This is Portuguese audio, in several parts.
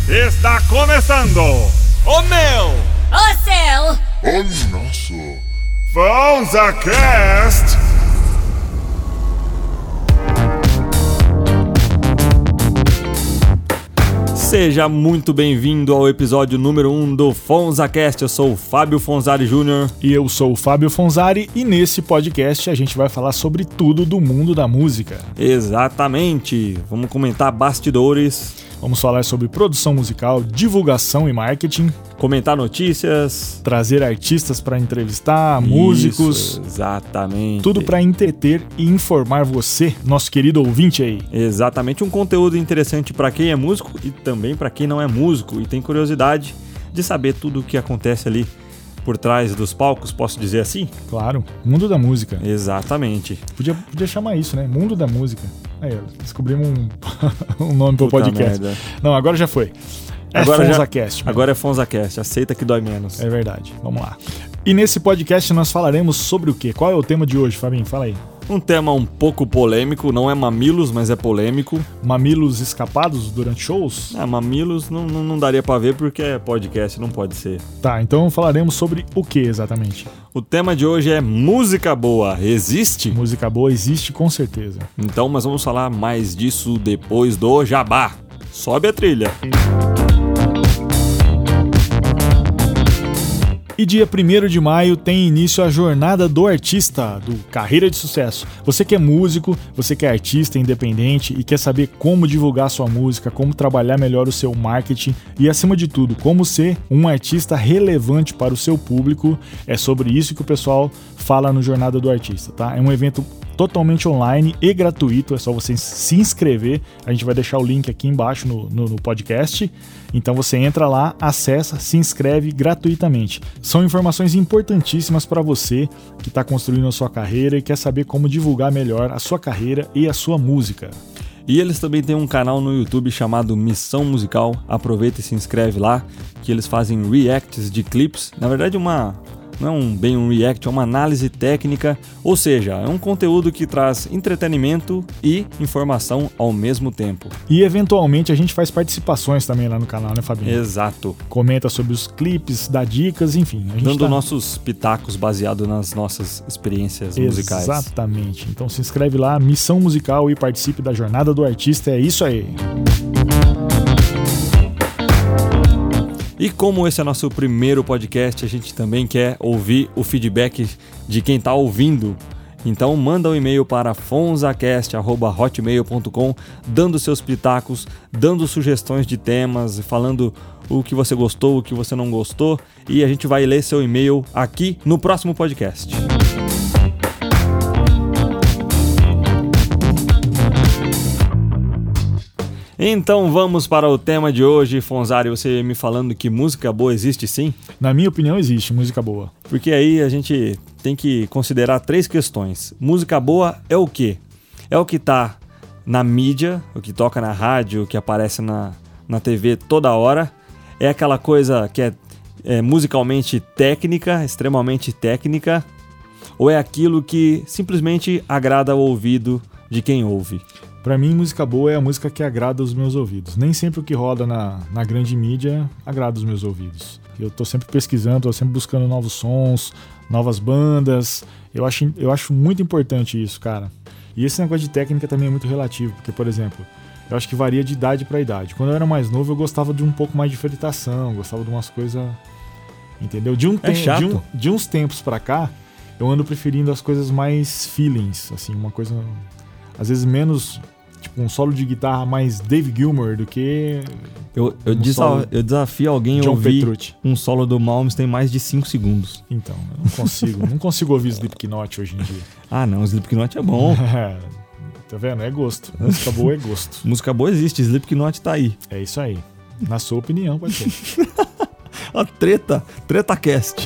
Está começando o meu, o seu, o nosso FonzaCast. Seja muito bem-vindo ao episódio número 1 do FonzaCast. Eu sou o Fábio Fonzari Jr. E eu sou o Fábio Fonzari, e nesse podcast a gente vai falar sobre tudo do mundo da música. Exatamente! Vamos comentar bastidores. Vamos falar sobre produção musical, divulgação e marketing. Comentar notícias. Trazer artistas para entrevistar, músicos. Exatamente. Tudo para entreter e informar você, nosso querido ouvinte aí. Exatamente, um conteúdo interessante para quem é músico e também para quem não é músico e tem curiosidade de saber tudo o que acontece ali por trás dos palcos, posso dizer assim? Claro, mundo da música. Exatamente. Podia chamar isso, né? Mundo da música. Aí, descobrimos um nome pro podcast. Merda. Não, agora já foi. Agora FonzaCast. Agora é FonzaCast, aceita que dói menos. É verdade, vamos lá. E nesse podcast nós falaremos sobre o quê? Qual é o tema de hoje, Fabinho? Fala aí. Um tema um pouco polêmico, não é mamilos, mas é polêmico. Mamilos escapados durante shows? Mamilos não daria pra ver porque é podcast, não pode ser. Tá, então falaremos sobre o que exatamente? O tema de hoje é música boa. Existe? Música boa existe com certeza. Então nós vamos falar mais disso depois do jabá. Sobe a trilha. E dia 1º de maio tem início a Jornada do Artista, do Carreira de Sucesso. Você que é músico, você que é artista independente e quer saber como divulgar sua música, como trabalhar melhor o seu marketing e, acima de tudo, como ser um artista relevante para o seu público, é sobre isso que o pessoal fala no Jornada do Artista, tá? É um evento totalmente online e gratuito, é só você se inscrever, a gente vai deixar o link aqui embaixo no podcast, então você entra lá, acessa, se inscreve gratuitamente. São informações importantíssimas para você que está construindo a sua carreira e quer saber como divulgar melhor a sua carreira e a sua música. E eles também têm um canal no YouTube chamado Missão Musical, aproveita e se inscreve lá, que eles fazem reacts de clipes, na verdade não é bem um react, é uma análise técnica, ou seja, é um conteúdo que traz entretenimento e informação ao mesmo tempo. E eventualmente a gente faz participações também lá no canal, né, Fabinho? Exato. Comenta sobre os clipes, dá dicas, enfim. A gente dando nossos pitacos baseados nas nossas experiências musicais. Exatamente. Então se inscreve lá, Missão Musical, e participe da Jornada do Artista, é isso aí. E como esse é nosso primeiro podcast, a gente também quer ouvir o feedback de quem está ouvindo. Então manda um e-mail para fonzacast@hotmail.com, dando seus pitacos, dando sugestões de temas, falando o que você gostou, o que você não gostou, e a gente vai ler seu e-mail aqui no próximo podcast. Então vamos para o tema de hoje, Fonzari, você me falando que música boa existe sim? Na minha opinião existe música boa. Porque aí a gente tem que considerar 3 questões. Música boa é o quê? É o que tá na mídia, o que toca na rádio, o que aparece na TV toda hora. É aquela coisa que é musicalmente técnica, extremamente técnica. Ou é aquilo que simplesmente agrada ao ouvido de quem ouve? Pra mim, música boa é a música que agrada os meus ouvidos. Nem sempre o que roda na grande mídia agrada os meus ouvidos. Eu tô sempre pesquisando, tô sempre buscando novos sons, novas bandas. Eu acho muito importante isso, cara. E esse negócio de técnica também é muito relativo, porque, por exemplo, eu acho que varia de idade pra idade. Quando eu era mais novo, eu gostava de um pouco mais de fritação, gostava de umas coisas... Entendeu? De uns tempos pra cá, eu ando preferindo as coisas mais feelings, assim, uma coisa... Às vezes menos, tipo, um solo de guitarra mais Dave Gilmour do que... Eu desafio alguém a ouvir Petrucci. Um solo do Malmsteen mais de 5 segundos. Então, eu não consigo ouvir Slipknot hoje em dia. Ah não, Slipknot é bom. Tá vendo? É gosto. Música boa é gosto. Música boa existe, Slipknot tá aí. É isso aí. Na sua opinião, pode ser. A TretaCast.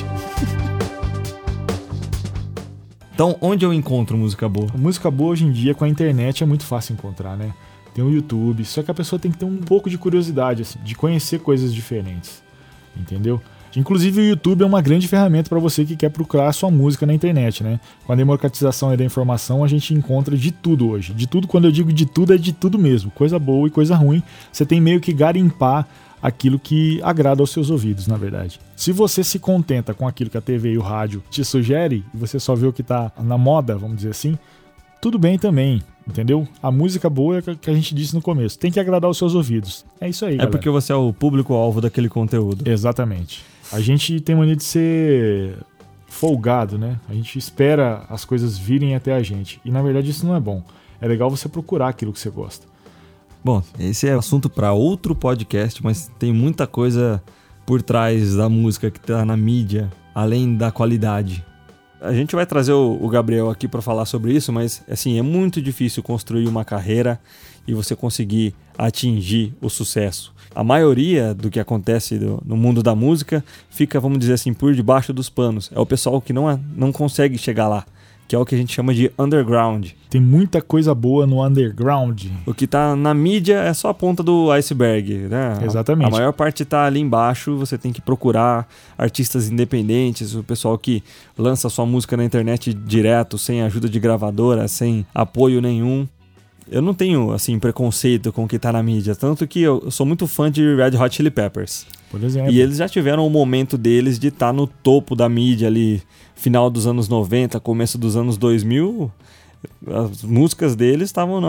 Então, onde eu encontro música boa? Música boa hoje em dia com a internet é muito fácil encontrar, né? Tem o YouTube, só que a pessoa tem que ter um pouco de curiosidade, assim, de conhecer coisas diferentes, entendeu? Inclusive o YouTube é uma grande ferramenta para você que quer procurar a sua música na internet, né? Com a democratização da informação, a gente encontra de tudo hoje. De tudo, quando eu digo de tudo, é de tudo mesmo. Coisa boa e coisa ruim. Você tem meio que garimpar aquilo que agrada aos seus ouvidos, na verdade. Se você se contenta com aquilo que a TV e o rádio te sugerem, e você só vê o que tá na moda, vamos dizer assim, tudo bem também, entendeu? A música boa é o que a gente disse no começo, tem que agradar os seus ouvidos. É isso aí, galera. Porque você é o público-alvo daquele conteúdo. Exatamente. A gente tem mania de ser folgado, né? A gente espera as coisas virem até a gente. E na verdade isso não é bom. É legal você procurar aquilo que você gosta. Bom, esse é assunto para outro podcast, mas tem muita coisa por trás da música que tá na mídia, além da qualidade. A gente vai trazer o Gabriel aqui para falar sobre isso, mas assim, é muito difícil construir uma carreira e você conseguir atingir o sucesso. A maioria do que acontece no mundo da música fica, vamos dizer assim, por debaixo dos panos. É o pessoal que não consegue chegar lá, que é o que a gente chama de underground. Tem muita coisa boa no underground. O que tá na mídia é só a ponta do iceberg, né? Exatamente. A maior parte tá ali embaixo, você tem que procurar artistas independentes, o pessoal que lança sua música na internet direto, sem ajuda de gravadora, sem apoio nenhum. Eu não tenho, assim, preconceito com o que tá na mídia, tanto que eu sou muito fã de Red Hot Chili Peppers. Por exemplo. E eles já tiveram o momento deles de estar no topo da mídia ali, final dos anos 90, começo dos anos 2000. As músicas deles estavam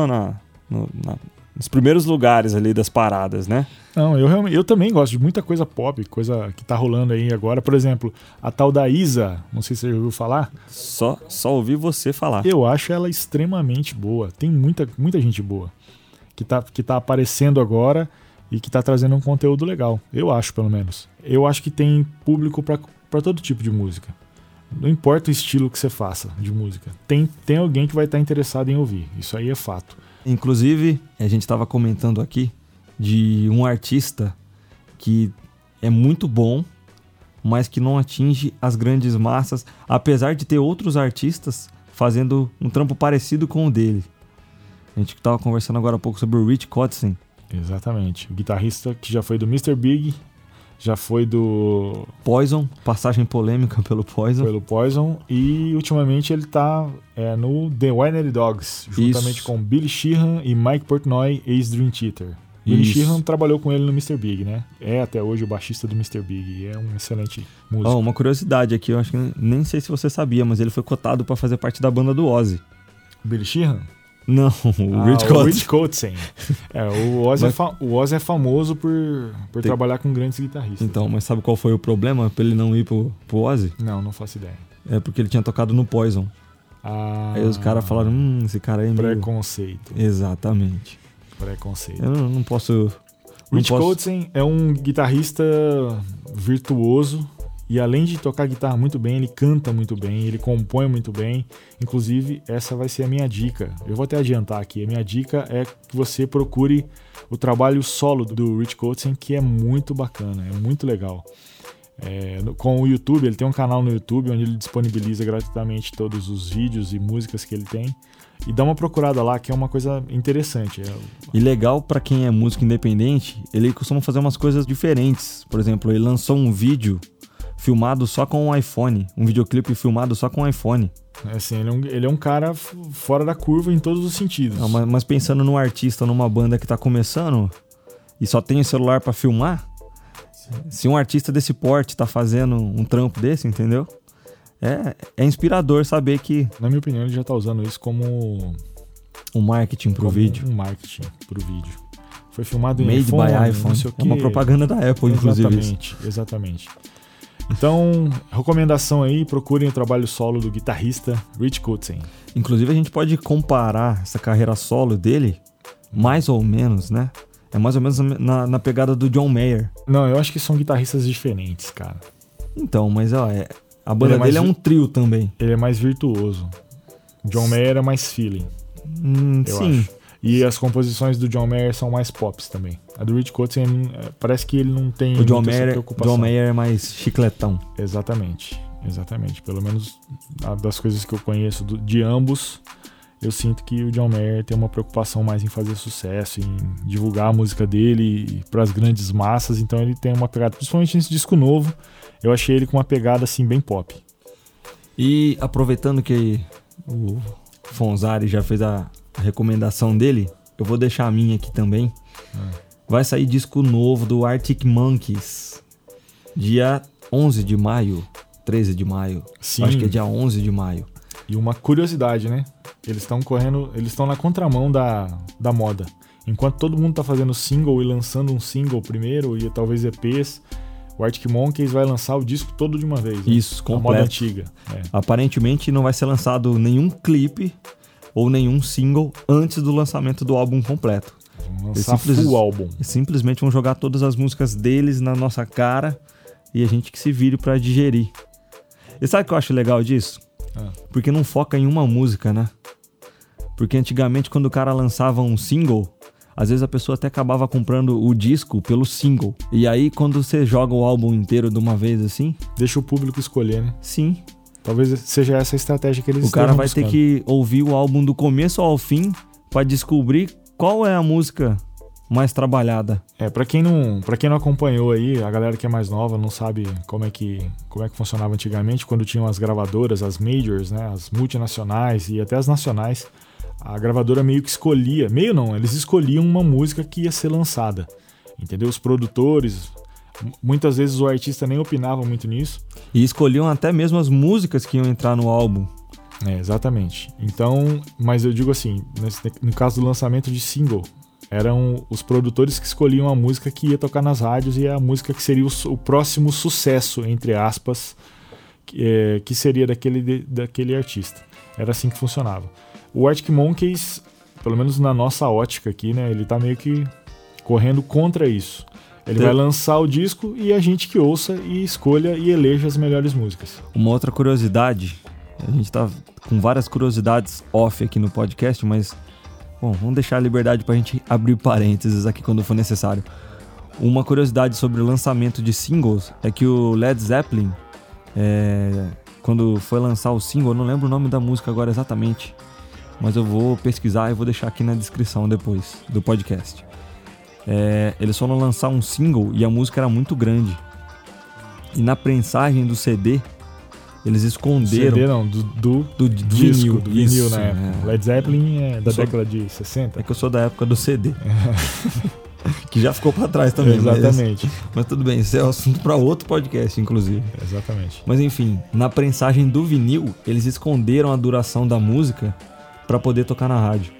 nos primeiros lugares ali das paradas, né? Não, eu também gosto de muita coisa pop, coisa que tá rolando aí agora. Por exemplo, a tal da Isa, não sei se você já ouviu falar. Só ouvi você falar. Eu acho ela extremamente boa. Tem muita gente boa que tá aparecendo agora e que tá trazendo um conteúdo legal. Eu acho, pelo menos. Eu acho que tem público para todo tipo de música. Não importa o estilo que você faça de música. Tem alguém que vai estar interessado em ouvir. Isso aí é fato. Inclusive, a gente estava comentando aqui de um artista que é muito bom, mas que não atinge as grandes massas, apesar de ter outros artistas fazendo um trampo parecido com o dele. A gente estava conversando agora há pouco sobre o Rich Kotzen. Exatamente. O guitarrista que já foi do Mr. Big, já foi do Poison, passagem polêmica pelo Poison. E ultimamente ele tá no The Winery Dogs, juntamente com Billy Sheehan e Mike Portnoy, ex-Dream Theater. Billy Sheehan trabalhou com ele no Mr. Big, né? É até hoje o baixista do Mr. Big e é um excelente músico. Uma curiosidade aqui, eu acho que nem sei se você sabia, mas ele foi cotado para fazer parte da banda do Ozzy. Billy Sheehan? Não, o Rich Kotzen. O Ozzy é famoso por trabalhar com grandes guitarristas. Então, mas sabe qual foi o problema pra ele não ir pro Ozzy? Não faço ideia. É porque ele tinha tocado no Poison. Aí os caras falaram, esse cara aí é meio... Preconceito. Exatamente. Preconceito. Eu não posso... Rich Kotzen é um guitarrista virtuoso. E além de tocar guitarra muito bem, ele canta muito bem, ele compõe muito bem. Inclusive, essa vai ser a minha dica. Eu vou até adiantar aqui. A minha dica é que você procure o trabalho solo do Rich Kotzen, que é muito bacana, é muito legal. Com o YouTube, ele tem um canal no YouTube onde ele disponibiliza gratuitamente todos os vídeos e músicas que ele tem. E dá uma procurada lá, que é uma coisa interessante. E legal pra quem é músico independente, ele costuma fazer umas coisas diferentes. Por exemplo, ele lançou um vídeo filmado só com um iPhone, um videoclipe filmado só com um iPhone. Assim, ele é um cara fora da curva em todos os sentidos. Não, mas pensando num artista, numa banda que tá começando e só tem o celular pra filmar, se um artista desse porte tá fazendo um trampo desse, entendeu? É inspirador saber que... Na minha opinião, ele já tá usando isso como... Um marketing pro vídeo. Um marketing pro vídeo. Foi filmado em Made iPhone, by iPhone. Não sei o quê. É uma propaganda da Apple, inclusive. Exatamente. Então, recomendação aí, procurem o trabalho solo do guitarrista Rich Kotzen. Inclusive, a gente pode comparar essa carreira solo dele, mais ou menos, né? É mais ou menos na pegada do John Mayer. Não, eu acho que são guitarristas diferentes, cara. Então, mas a banda dele é um trio também. Ele é mais virtuoso. John Mayer é mais feeling, eu sim. acho. E as composições do John Mayer são mais pops também. A do Rich Kotzen parece que ele não tem muita preocupação. John Mayer é mais chicletão. Exatamente. Pelo menos das coisas que eu conheço de ambos, eu sinto que o John Mayer tem uma preocupação mais em fazer sucesso, em divulgar a música dele para as grandes massas. Então ele tem uma pegada, principalmente nesse disco novo, eu achei ele com uma pegada assim bem pop. E aproveitando que o Fonzari já fez a recomendação dele, eu vou deixar a minha aqui também. vai sair disco novo do Arctic Monkeys. Dia 11 de maio, 13 de maio. Sim. Acho que é dia 11 de maio. E uma curiosidade, né? Eles estão na contramão da moda. Enquanto todo mundo tá fazendo single e lançando um single primeiro e talvez EPs, o Arctic Monkeys vai lançar o disco todo de uma vez. Né? Isso, completo. A moda antiga. Aparentemente não vai ser lançado nenhum clipe ou nenhum single antes do lançamento do álbum completo. Vão lançar full álbum. Simplesmente vão jogar todas as músicas deles na nossa cara e a gente que se vire pra digerir. E sabe o que eu acho legal disso? Porque não foca em uma música, né? Porque antigamente quando o cara lançava um single, às vezes a pessoa até acabava comprando o disco pelo single. E aí quando você joga o álbum inteiro de uma vez assim... Deixa o público escolher, né? Sim. Talvez seja essa a estratégia que eles estejam buscando. O cara vai ter buscando. que ouvir o álbum do começo ao fim pra descobrir qual é a música mais trabalhada. Pra quem não acompanhou aí, a galera que é mais nova não sabe como é que funcionava antigamente, quando tinham as gravadoras, as majors, né, as multinacionais e até as nacionais, a gravadora meio que escolhia, eles escolhiam uma música que ia ser lançada, entendeu? Os produtores, muitas vezes o artista nem opinava muito nisso. E escolhiam até mesmo as músicas que iam entrar no álbum. Exatamente. Então, mas eu digo assim, no caso do lançamento de single, eram os produtores que escolhiam a música que ia tocar nas rádios e a música que seria o próximo sucesso, entre aspas, que seria daquele artista. Era assim que funcionava. O Arctic Monkeys, pelo menos na nossa ótica aqui, né, ele tá meio que correndo contra isso. Ele vai lançar o disco e a gente que ouça e escolha e eleja as melhores músicas. Uma outra curiosidade, a gente tá com várias curiosidades off aqui no podcast, mas bom, vamos deixar a liberdade pra gente abrir parênteses aqui quando for necessário. Uma curiosidade sobre o lançamento de singles é que o Led Zeppelin, quando foi lançar o single, eu não lembro o nome da música agora exatamente, mas eu vou pesquisar e vou deixar aqui na descrição depois do podcast. Eles foram lançar um single e a música era muito grande. E na prensagem do CD, eles esconderam... CD não, do disco, vinil. do vinil, né? Led Zeppelin é da década de 60. É que eu sou da época do CD. Que já ficou pra trás também. Exatamente. Mas tudo bem, esse é um assunto pra outro podcast, inclusive. Exatamente. Mas enfim, na prensagem do vinil, eles esconderam a duração da música pra poder tocar na rádio.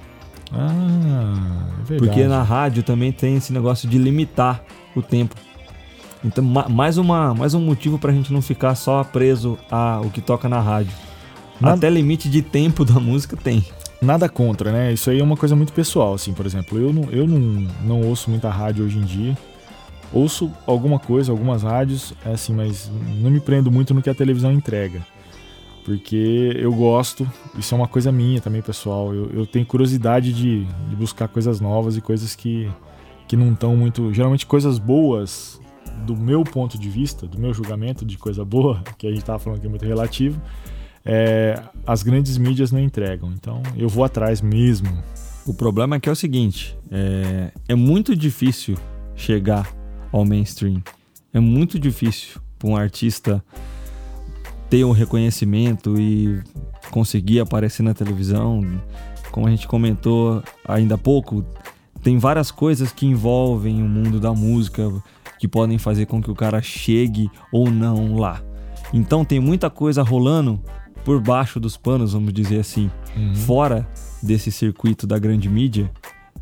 É verdade. Porque na rádio também tem esse negócio de limitar o tempo. Então, mais um motivo pra gente não ficar só preso ao que toca na rádio. Até limite de tempo da música tem. Nada contra, né? Isso aí é uma coisa muito pessoal, assim, por exemplo. Eu não ouço muita rádio hoje em dia. Ouço algumas rádios, assim, mas não me prendo muito no que a televisão entrega. Porque eu gosto, isso é uma coisa minha também, pessoal. Eu tenho curiosidade de buscar coisas novas e coisas que não estão muito... Geralmente coisas boas, do meu ponto de vista, do meu julgamento de coisa boa, que a gente estava falando que é muito relativo, as grandes mídias não entregam. Então eu vou atrás mesmo. O problema é que é o seguinte, é muito difícil chegar ao mainstream. É muito difícil para um artista ter um reconhecimento e conseguir aparecer na televisão. Como a gente comentou ainda há pouco, tem várias coisas que envolvem o mundo da música que podem fazer com que o cara chegue ou não lá. Então tem muita coisa rolando por baixo dos panos, vamos dizer assim, fora desse circuito da grande mídia.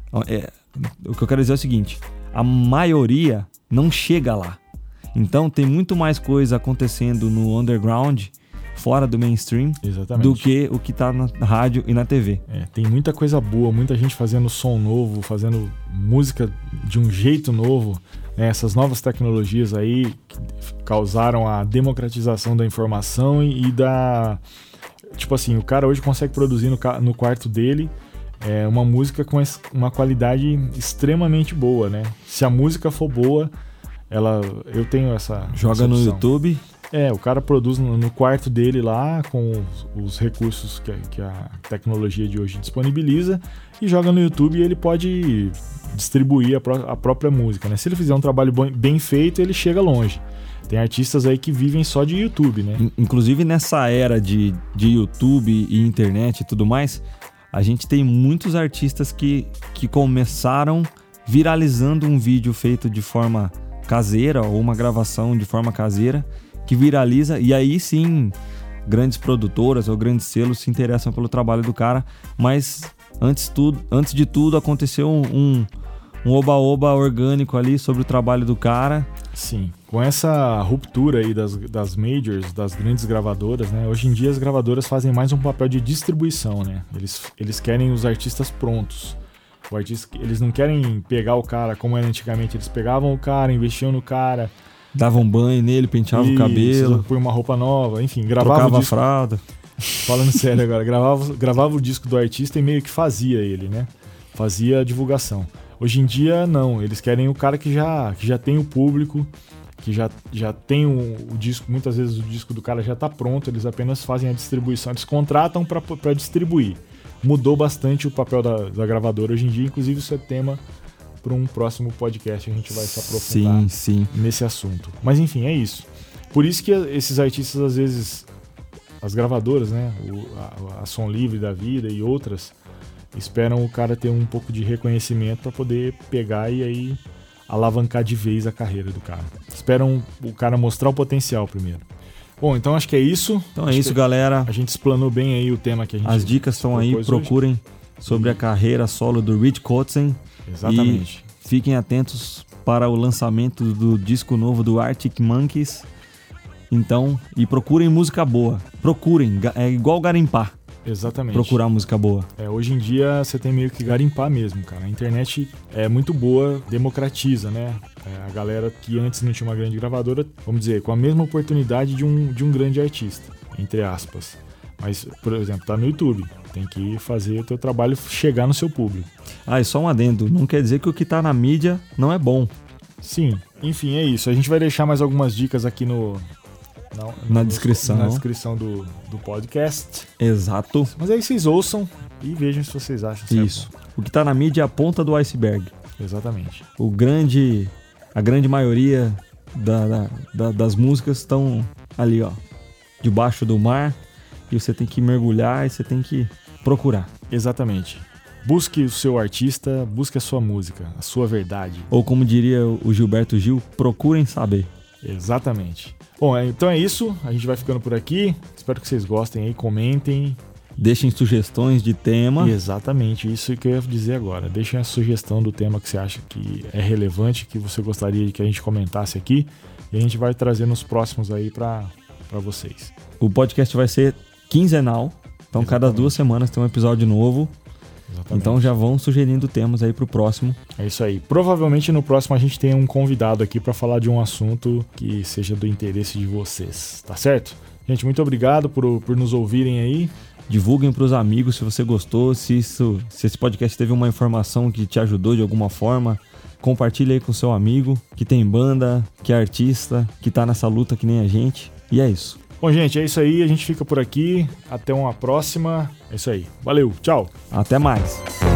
O que eu quero dizer é o seguinte, a maioria não chega lá. Então tem muito mais coisa acontecendo no underground, fora do mainstream, exatamente, do que o que tá na rádio e na TV. Tem muita coisa boa, muita gente fazendo som novo, fazendo música de um jeito novo. Essas novas tecnologias aí que causaram a democratização da informação e da... Tipo assim, o cara hoje consegue produzir no quarto dele uma música com uma qualidade extremamente boa, né? Se a música for boa, eu tenho essa... Joga no YouTube. O cara produz no quarto dele lá, com os recursos que a tecnologia de hoje disponibiliza, e joga no YouTube e ele pode distribuir a própria música, né? Se ele fizer um trabalho bem feito, ele chega longe. Tem artistas aí que vivem só de YouTube, né? Inclusive nessa era de YouTube e internet e tudo mais, a gente tem muitos artistas que começaram viralizando um vídeo feito de forma caseira ou uma gravação de forma caseira que viraliza, e aí sim grandes produtoras ou grandes selos se interessam pelo trabalho do cara, mas antes de tudo aconteceu um oba-oba orgânico ali sobre o trabalho do cara. Sim, com essa ruptura aí das majors, das grandes gravadoras, né? Hoje em dia as gravadoras fazem mais um papel de distribuição, né? Eles querem os artistas prontos. Eles não querem pegar o cara como era antigamente. Eles pegavam o cara, investiam no cara, davam banho nele, penteavam o cabelo, põe uma roupa nova, enfim, trocava a fralda. Falando sério agora, gravava o disco do artista e meio que fazia ele, né? Fazia a divulgação. Hoje em dia, não. Eles querem o cara que já tem o público, que já tem o disco. Muitas vezes o disco do cara já está pronto, eles apenas fazem a distribuição. Eles contratam para distribuir. Mudou bastante o papel da gravadora hoje em dia. Inclusive, isso é tema para um próximo podcast. A gente vai se aprofundar nesse assunto. Mas, enfim, é isso. Por isso que esses artistas, às vezes, as gravadoras, né? A Som Livre da vida e outras, esperam o cara ter um pouco de reconhecimento para poder pegar e aí alavancar de vez a carreira do cara. Esperam o cara mostrar o potencial primeiro. Bom, então acho que é isso. Então é isso, galera. A gente explanou bem aí o tema que a gente... As dicas estão aí, procurem hoje sobre a carreira solo do Rich Kotzen. Exatamente. E fiquem atentos para o lançamento do disco novo do Arctic Monkeys. Então, e procurem música boa. Procurem, é igual garimpar. Exatamente. Procurar música boa. Hoje em dia você tem meio que garimpar mesmo, cara. A internet é muito boa, democratiza, né? A galera que antes não tinha uma grande gravadora, vamos dizer, com a mesma oportunidade de um grande artista, entre aspas. Mas, por exemplo, tá no YouTube. Tem que fazer o teu trabalho chegar no seu público. E só um adendo. Não quer dizer que o que tá na mídia não é bom. Sim. Enfim, é isso. A gente vai deixar mais algumas dicas aqui na descrição do podcast. Exato. Mas aí vocês ouçam e vejam se vocês acham certo. Isso. O que tá na mídia é a ponta do iceberg. Exatamente. A grande maioria das músicas estão ali, ó, debaixo do mar, e você tem que mergulhar e você tem que procurar. Exatamente. Busque o seu artista, busque a sua música, a sua verdade. Ou como diria o Gilberto Gil, procurem saber. Exatamente. Bom, então é isso. A gente vai ficando por aqui. Espero que vocês gostem aí, comentem. Deixem sugestões de tema. Exatamente, isso que eu ia dizer agora. Deixem a sugestão do tema que você acha que é relevante, que você gostaria que a gente comentasse aqui. E a gente vai trazer nos próximos aí para vocês. O podcast vai ser quinzenal. Então, cada 2 semanas tem um episódio novo. Exatamente. Então já vão sugerindo temas aí pro próximo. É isso aí. Provavelmente no próximo a gente tem um convidado aqui para falar de um assunto que seja do interesse de vocês, tá certo? Gente, muito obrigado por nos ouvirem aí. Divulguem pros amigos se você gostou, se esse podcast teve uma informação que te ajudou de alguma forma. Compartilha aí com seu amigo que tem banda, que é artista, que tá nessa luta que nem a gente. E é isso. Bom, gente, é isso aí. A gente fica por aqui. Até uma próxima. É isso aí. Valeu. Tchau. Até mais.